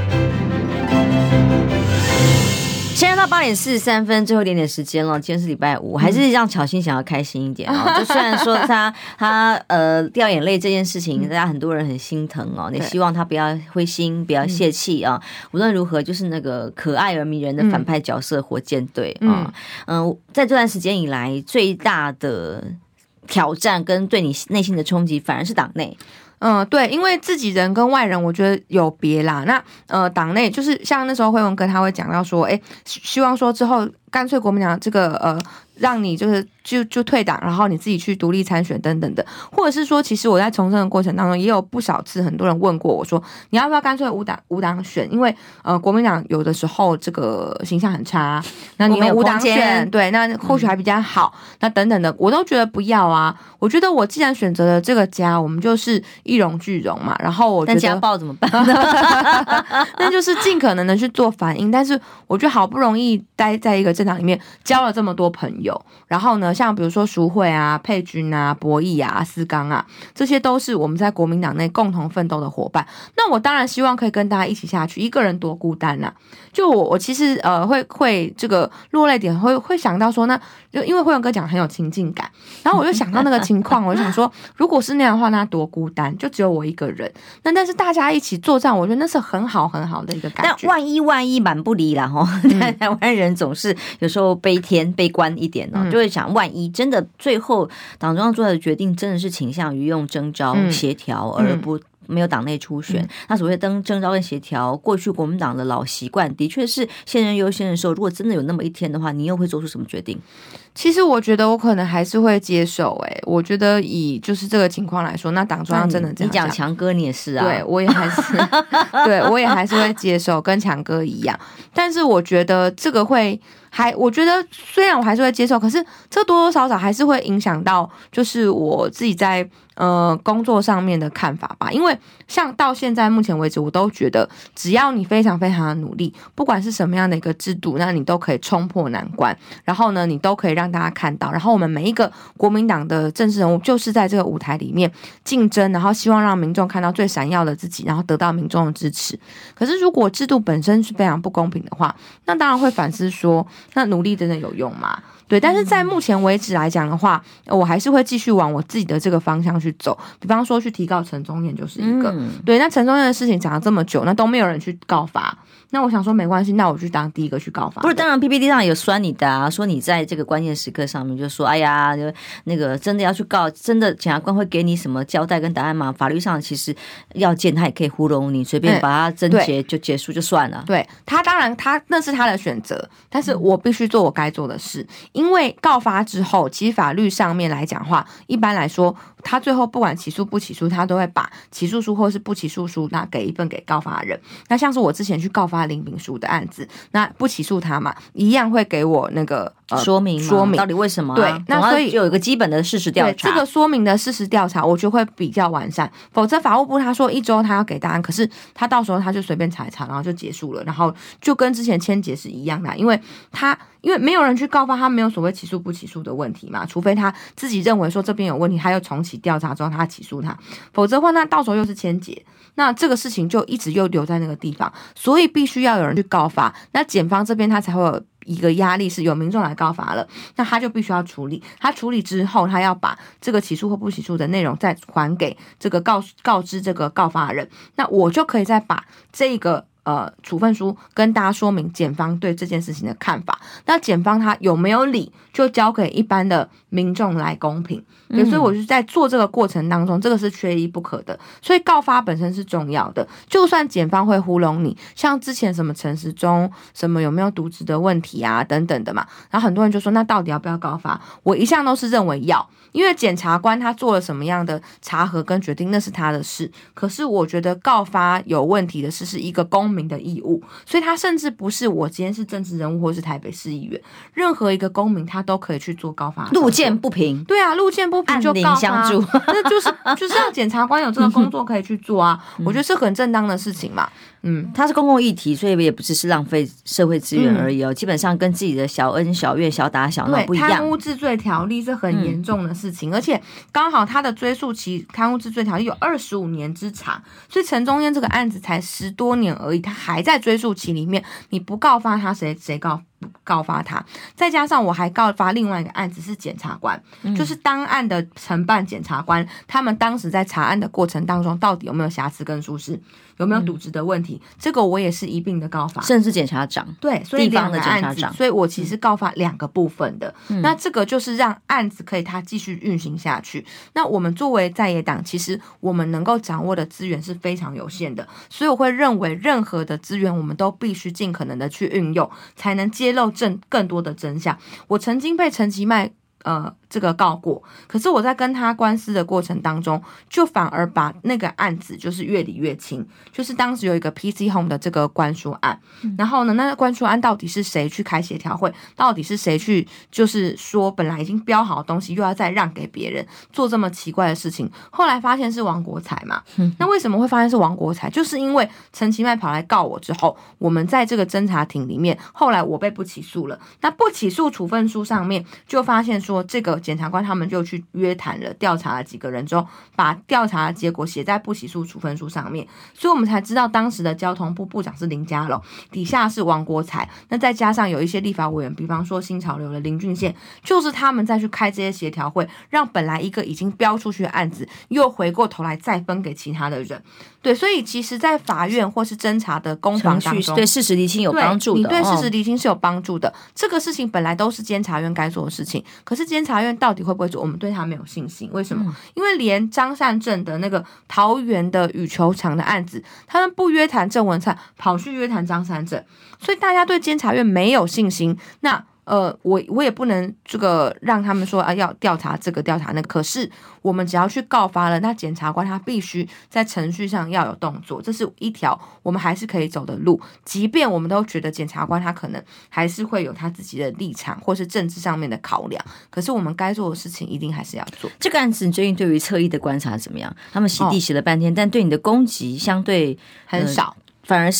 现在到8点43分，最后一点点时间了。今天是礼拜五，还是让巧芯想要开心一点哦。就虽然说他掉眼泪这件事情，大家很多人很心疼哦。也希望他不要灰心，不要泄气啊。无论如何，就是那个可爱而迷人的反派角色火箭队啊。在这段时间以来，最大的挑战跟对你内心的冲击，反而是党内。 对，因为自己人跟外人，我觉得有别啦。那党内就是像那时候慧文哥他会讲到说，希望说之后干脆国民党这个让你就退党，然后你自己去独立参选等等的，或者是说，其实我在从政的过程当中也有不少次，很多人问过我说，你要不要干脆无党选？因为国民党有的时候这个形象很差，那你有无党选，对，那或许还比较好，那等等的，我都觉得不要啊。我觉得我既然选择了这个家，我们就是一荣俱荣嘛。然后我觉得家暴怎么办？ 那就是尽可能的去做反应。但是我觉得好不容易待在一个政党里面，交了这么多朋友，然后呢，像比如说淑慧啊、佩君啊、博弈啊、思刚啊，这些都是我们在国民党内共同奋斗的伙伴。那我当然希望可以跟大家一起下去，一个人多孤单啊！就我其实会这个落泪点会想到说，那就因为慧文哥讲很有情境感，然后我就想到那个情况，我就想说，如果是那样的话，那多孤单，就只有我一个人。但是大家一起作战，我觉得那是很好很好的一个感觉。 但万一蛮不离啦齁，台湾人总是有时候悲观一点就会想，万一真的最后党中央做的决定真的是倾向于用征召协调，而不没有党内初选，那所谓征召跟协调，过去国民党的老习惯，的确是现任优先的时候，如果真的有那么一天的话，你又会做出什么决定？ 其实我觉得我可能还是会接受。我觉得以就是这个情况来说，那党中央真的这样， 你讲强哥你也是啊， 对我也还是对我也还是会接受，跟强哥一样。但是我觉得这个我觉得虽然我还是会接受，可是这多多少少还是会影响到就是我自己在工作上面的看法吧。因为像到现在目前为止，我都觉得只要你非常非常的努力，不管是什么样的一个制度，那你都可以冲破难关，然后呢你都可以让大家看到，然后我们每一个国民党的政治人物就是在这个舞台里面竞争，然后希望让民众看到最闪耀的自己，然后得到民众的支持。可是如果制度本身是非常不公平的话，那当然会反思说，那努力真的有用吗？ 对，但是在目前为止来讲的话，我还是会继续往我自己的这个方向去走。比方说去提告陈宗彦就是一个，对，那陈宗彦的事情讲了这么久，那都没有人去告发。那我想说没关系，那我去当第一个去告发。 不是，当然 PPT 上有酸你的啊，说你在这个关键时刻上面就说，哎呀，那个真的要去告，真的检察官会给你什么交代跟答案吗？法律上其实要件他也可以糊弄你，随便把它侦结就结束就算了。 对，他当然那是他的选择，但是我必须做我该做的事，因为告发之后，其实法律上面来讲的话，一般来说，他最后不管起诉不起诉，他都会把起诉书或是不起诉书那给一份给告发人。那像是我之前去告发林秉书的案子，那不起诉他嘛，一样会给我那个说明到底为什么、啊？ 对，那所以就有一个基本的事实调查。 这个说明的事实调查，我就会比较完善。否则法务部他说1周他要给答案，可是他到时候他就随便查一查，然后就结束了，然后就跟之前签结是一样的，因为没有人去告发他，没有所谓起诉不起诉的问题嘛，除非他自己认为说这边有问题，他又重启调查之后他起诉他，否则的话那到时候又是签结，那这个事情就一直又留在那个地方，所以必须要有人去告发，那检方这边他才会有一个压力，是有民众来告发了，那他就必须要处理，他处理之后他要把这个起诉或不起诉的内容再还给这个告知这个告发人，那我就可以再把这个处分书跟大家说明检方对这件事情的看法，那检方他有没有理就交给一般的民众来公平。对，所以我就在做这个过程当中，这个是缺一不可的，所以告发本身是重要的，就算检方会糊弄你，像之前什么陈时中什么有没有渎职的问题啊等等的嘛，然后很多人就说那到底要不要告发，我一向都是认为要，因为检察官他做了什么样的查核跟决定那是他的事，可是我觉得告发有问题的事是一个公民的义务，所以他甚至不是我今天是政治人物或是台北市议员，任何一个公民他都可以去做告发， 路见不平， 对啊，路见不平就告发，那就是让检察官有这个工作可以去做啊，我觉得是很正当的事情嘛。 它是公共议题，所以也不只是浪费社会资源而已基本上跟自己的小恩小怨小打小闹不一样。 贪污治罪条例是很严重的事情，而且刚好它的追诉期贪污治罪条例有25年之长，所以陈宗彦这个案子才10多年而已，他还在追诉期里面，你不告发他谁告发他，再加上我还告发另外一个案子是检察官，就是当案的承办检察官，他们当时在查案的过程当中到底有没有瑕疵跟疏失，有没有渎职的问题，这个我也是一并的告发， 甚至检察长， 对，所以地方的检察长， 所以我其实告发2个部分的，那这个就是让案子可以它继续运行下去。那我们作为在野党，其实我们能够掌握的资源是非常有限的，所以我会认为任何的资源我们都必须尽可能的去运用，才能揭露更多的真相。我曾经被陈其迈这个告过，可是我在跟他官司的过程当中，就反而把那个案子就是越理越清，就是当时有一个 PC Home 的这个官书案，然后呢，那个官书案到底是谁去开协调会，到底是谁去就是说本来已经标好的东西又要再让给别人，做这么奇怪的事情，后来发现是王国材嘛，那为什么会发现是王国材，就是因为陈其迈跑来告我之后，我们在这个侦查庭里面，后来我被不起诉了，那不起诉处分书上面就发现说这个检察官他们就去约谈了调查了几个人之后，把调查的结果写在不起诉处分书上面，所以我们才知道当时的交通部部长是林佳龙，底下是王国材，那再加上有一些立法委员，比方说新潮流的林俊宪，就是他们再去开这些协调会，让本来一个已经标出去的案子又回过头来再分给其他的人。对，所以其实在法院或是侦查的攻防当中， 对事实厘清有帮助的， 你对事实厘清是有帮助的，这个事情本来都是监察院该做的事情，可是监察院到底会不会做，我们对他没有信心。为什么？因为连张善政的那个桃园的羽球场的案子，他们不约谈郑文灿，跑去约谈张善政，所以大家对监察院没有信心。那我也不能这个让他们说要调查这个调查那个，可是我们只要去告发了，那检察官他必须在程序上要有动作，这是一条我们还是可以走的路，即便我们都觉得检察官他可能还是会有他自己的立场或是政治上面的考量，可是我们该做的事情一定还是要做。 这个案子你最近对于侧翼的观察怎么样？他们洗地洗了半天，但对你的攻击相对很少， 反而是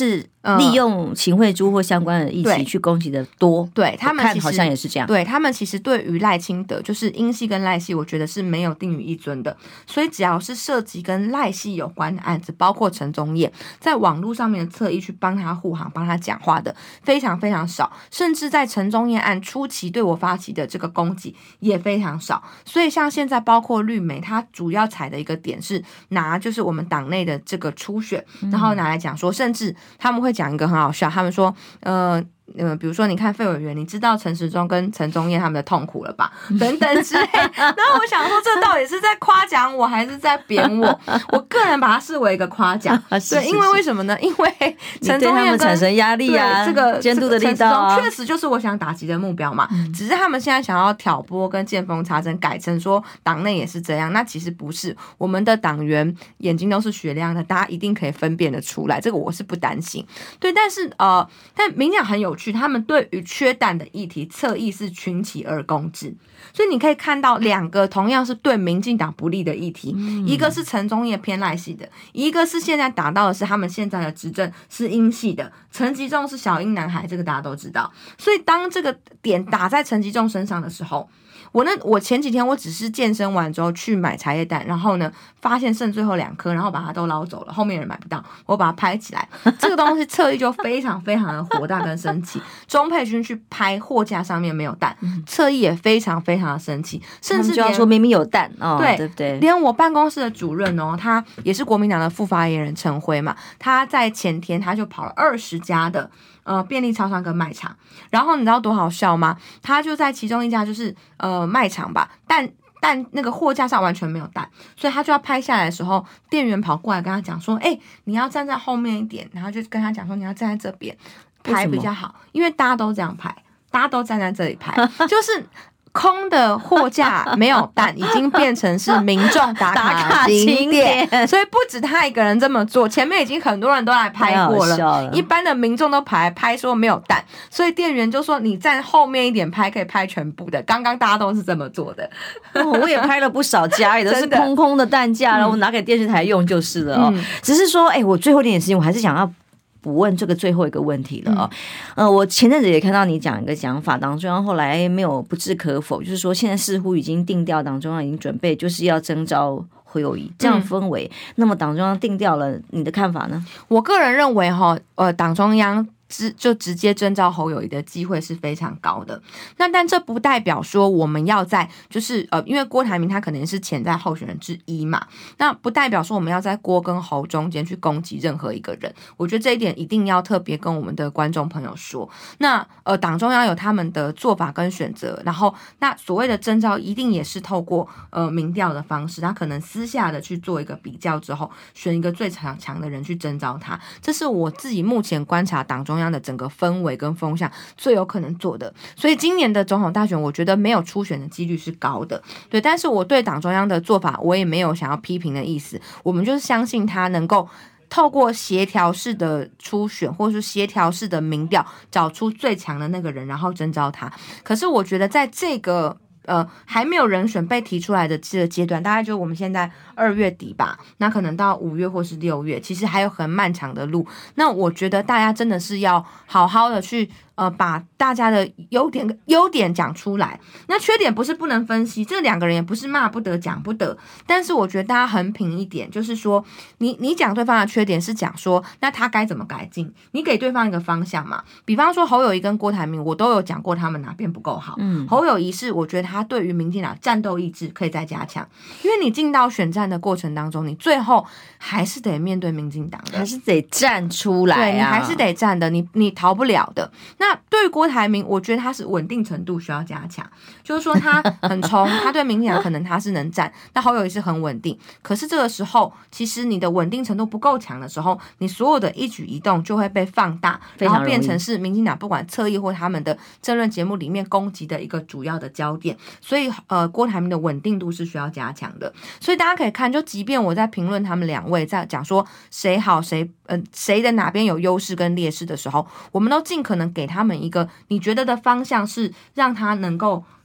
利用秦慧珠或相关的议题去攻击的多。 对，他们看好像也是这样。 对，他们其实对于赖清德，就是英系跟赖系，我觉得是没有定于一尊的。所以只要是涉及跟赖系有关的案子，包括陈宗彦，在网络上面的侧翼去帮他护航、帮他讲话的非常非常少，甚至在陈宗彦案初期对我发起的这个攻击也非常少。所以像现在包括绿媒，它主要踩的一个点是拿就是我们党内的这个初选，然后拿来讲说，甚至他们会讲一个很好笑，他们说比如说你看费委员，你知道陈时中跟陈宗彦他们的痛苦了吧？等等之类。然后我想说，这到底是在夸奖我还是在贬我？我个人把它视为一个夸奖。对，因为为什么呢？因为陈宗彦跟产生压力啊， 这个监督的力道啊， 确实就是我想打击的目标嘛。只是他们现在想要挑拨跟见缝插针，改成说党内也是这样，那其实不是。我们的党员眼睛都是雪亮的，大家一定可以分辨得出来，这个我是不担心。对，但是但民进党很有趣，他们对于缺蛋的议题侧翼是群起而攻之，所以你可以看到两个同样是对民进党不利的议题，一个是陈宗彦偏赖系的，一个是现在打到的是他们现在的执政是英系的，陈吉仲是小英男孩，这个大家都知道。所以当这个点打在陈吉仲身上的时候，我前几天我只是健身完之后去买茶叶蛋，然后呢发现剩最后2颗，然后把它都捞走了，后面人买不到，我把它拍起来，这个东西侧翼就非常非常的火大跟生气。钟佩君去拍货架上面没有蛋，侧翼也非常非常的生气，甚至就要说明明有蛋哦， 对不对？ 连我办公室的主任哦，他也是国民党的副发言人陈辉嘛，他在前天他就跑了20家的便利超商跟卖场，然后你知道多好笑吗？他就在其中一家就是卖场吧，但那个货架上完全没有蛋，所以他就要拍下来的时候，店员跑过来跟他讲说：“你要站在后面一点。”然后就跟他讲说：“你要站在这边拍比较好，因为大家都这样拍，大家都站在这里拍，就是。”空的货架没有蛋，已经变成是民众打卡景点，所以不止他一个人这么做，前面已经很多人都来拍过了，一般的民众都拍说没有蛋，所以店员就说你站后面一点拍，可以拍全部的。刚刚大家都是这么做的， 我也拍了不少家，也都是空空的蛋架，然后我拿给电视台用就是了哦。只是说，我最后一点时间，我还是想要补问这个最后一个问题了我前阵子也看到你讲一个讲法，党中央后来没有不置可否，就是说现在似乎已经定调，党中央已经准备就是要征召侯友宜这样氛围，那么党中央定调了，你的看法呢？ 我个人认为党中央就直接征召侯友宜的机会是非常高的。但这不代表说我们要在就是因为郭台铭他可能是潜在候选人之一嘛，那不代表说我们要在郭跟侯中间去攻击任何一个人。我觉得这一点一定要特别跟我们的观众朋友说。那党中央有他们的做法跟选择，然后那所谓的征召一定也是透过民调的方式，他可能私下的去做一个比较之后，选一个最强的人去征召他。这是我自己目前观察党中央的整个氛围跟风向最有可能做的，所以今年的总统大选我觉得没有初选的几率是高的，对，但是我对党中央的做法我也没有想要批评的意思，我们就是相信他能够透过协调式的初选或是协调式的民调找出最强的那个人，然后征召他。可是我觉得在这个还没有人选被提出来的这个阶段，大概就我们现在2月底吧，那可能到5月或是6月，其实还有很漫长的路。那我觉得大家真的是要好好的去把大家的优点讲出来，那缺点不是不能分析，这2个人也不是骂不得讲不得，但是我觉得大家横评一点，就是说你讲对方的缺点是讲说那他该怎么改进，你给对方一个方向嘛。比方说侯友宜跟郭台铭，我都有讲过他们哪边不够好。侯友宜是我觉得他对于民进党战斗意志可以再加强，因为你进到选战的过程当中，你最后还是得面对民进党的， 还是得站出来啊， 对，你还是得站的，你逃不了的。那对于郭台铭，我觉得他是稳定程度需要加强，就是说他很冲，他对民进党可能他是能站，但侯友宜是很稳定。可是这个时候，其实你的稳定程度不够强的时候，你所有的一举一动就会被放大，然后变成是民进党不管侧翼或他们的政论节目里面攻击的一个主要的焦点。所以郭台铭的稳定度是需要加强的。所以大家可以看，就即便我在评论他们2位，在讲说谁好谁的哪边有优势跟劣势的时候，我们都尽可能给他们一个你觉得的方向，是让他能够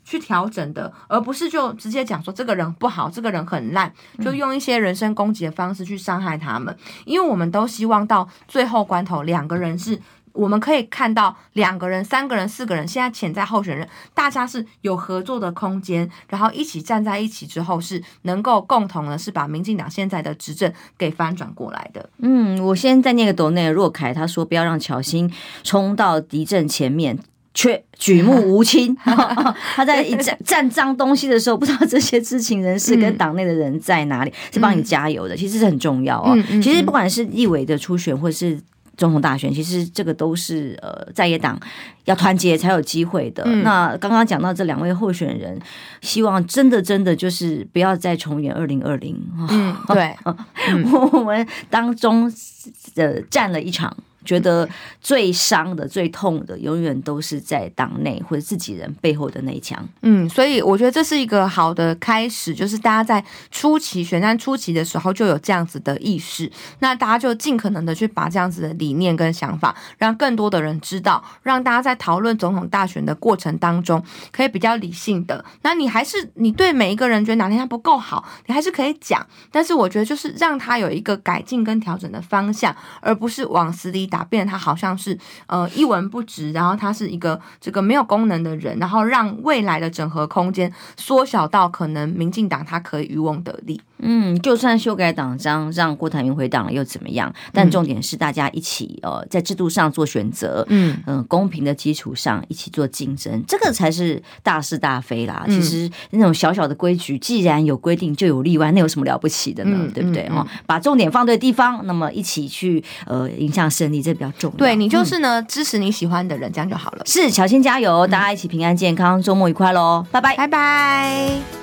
去调整的，而不是就直接讲说这个人不好，这个人很烂，就用一些人身攻击的方式去伤害他们。因为我们都希望到最后关头，两个人是我们可以看到2个人、3个人、4个人，现在潜在候选人，大家是有合作的空间，然后一起站在一起之后，是能够共同的是把民进党现在的执政给翻转过来的。 我先在那个斗内若凯他说不要让巧芯冲到敌阵前面。却举目无亲，他在站脏东西的时候，不知道这些知情人士跟党内的人在哪里，是帮你加油的，其实是很重要哦。其实不管是立委的初选，或是总统大选，其实这个都是在野党要团结才有机会的。那刚刚讲到这2位候选人，希望真的就是不要再重演2020。 对， 我们当中站了一场。觉得最伤的、最痛的，永远都是在党内或者自己人背后的那一枪。 所以我觉得这是一个好的开始，就是大家在选战初期的时候就有这样子的意识，那大家就尽可能的去把这样子的理念跟想法，让更多的人知道，让大家在讨论总统大选的过程当中，可以比较理性的。那你对每一个人觉得哪天他不够好，你还是可以讲，但是我觉得就是让他有一个改进跟调整的方向，而不是往死里打，变成他好像是一文不值，然后他是一个这个没有功能的人，然后让未来的整合空间缩小到可能民进党他可以渔翁得利。 就算修改党章让郭台铭回党了又怎么样？但重点是大家一起在制度上做选择，公平的基础上一起做竞争，这个才是大是大非啦。其实那种小小的规矩，既然有规定就有例外，那有什么了不起的呢？对不对？把重点放对地方，那么一起去迎向胜利，这比较重要。 对，你就是呢支持你喜欢的人，这样就好了。 是，巧芯加油，大家一起平安健康，周末愉快咯，拜拜， 拜拜。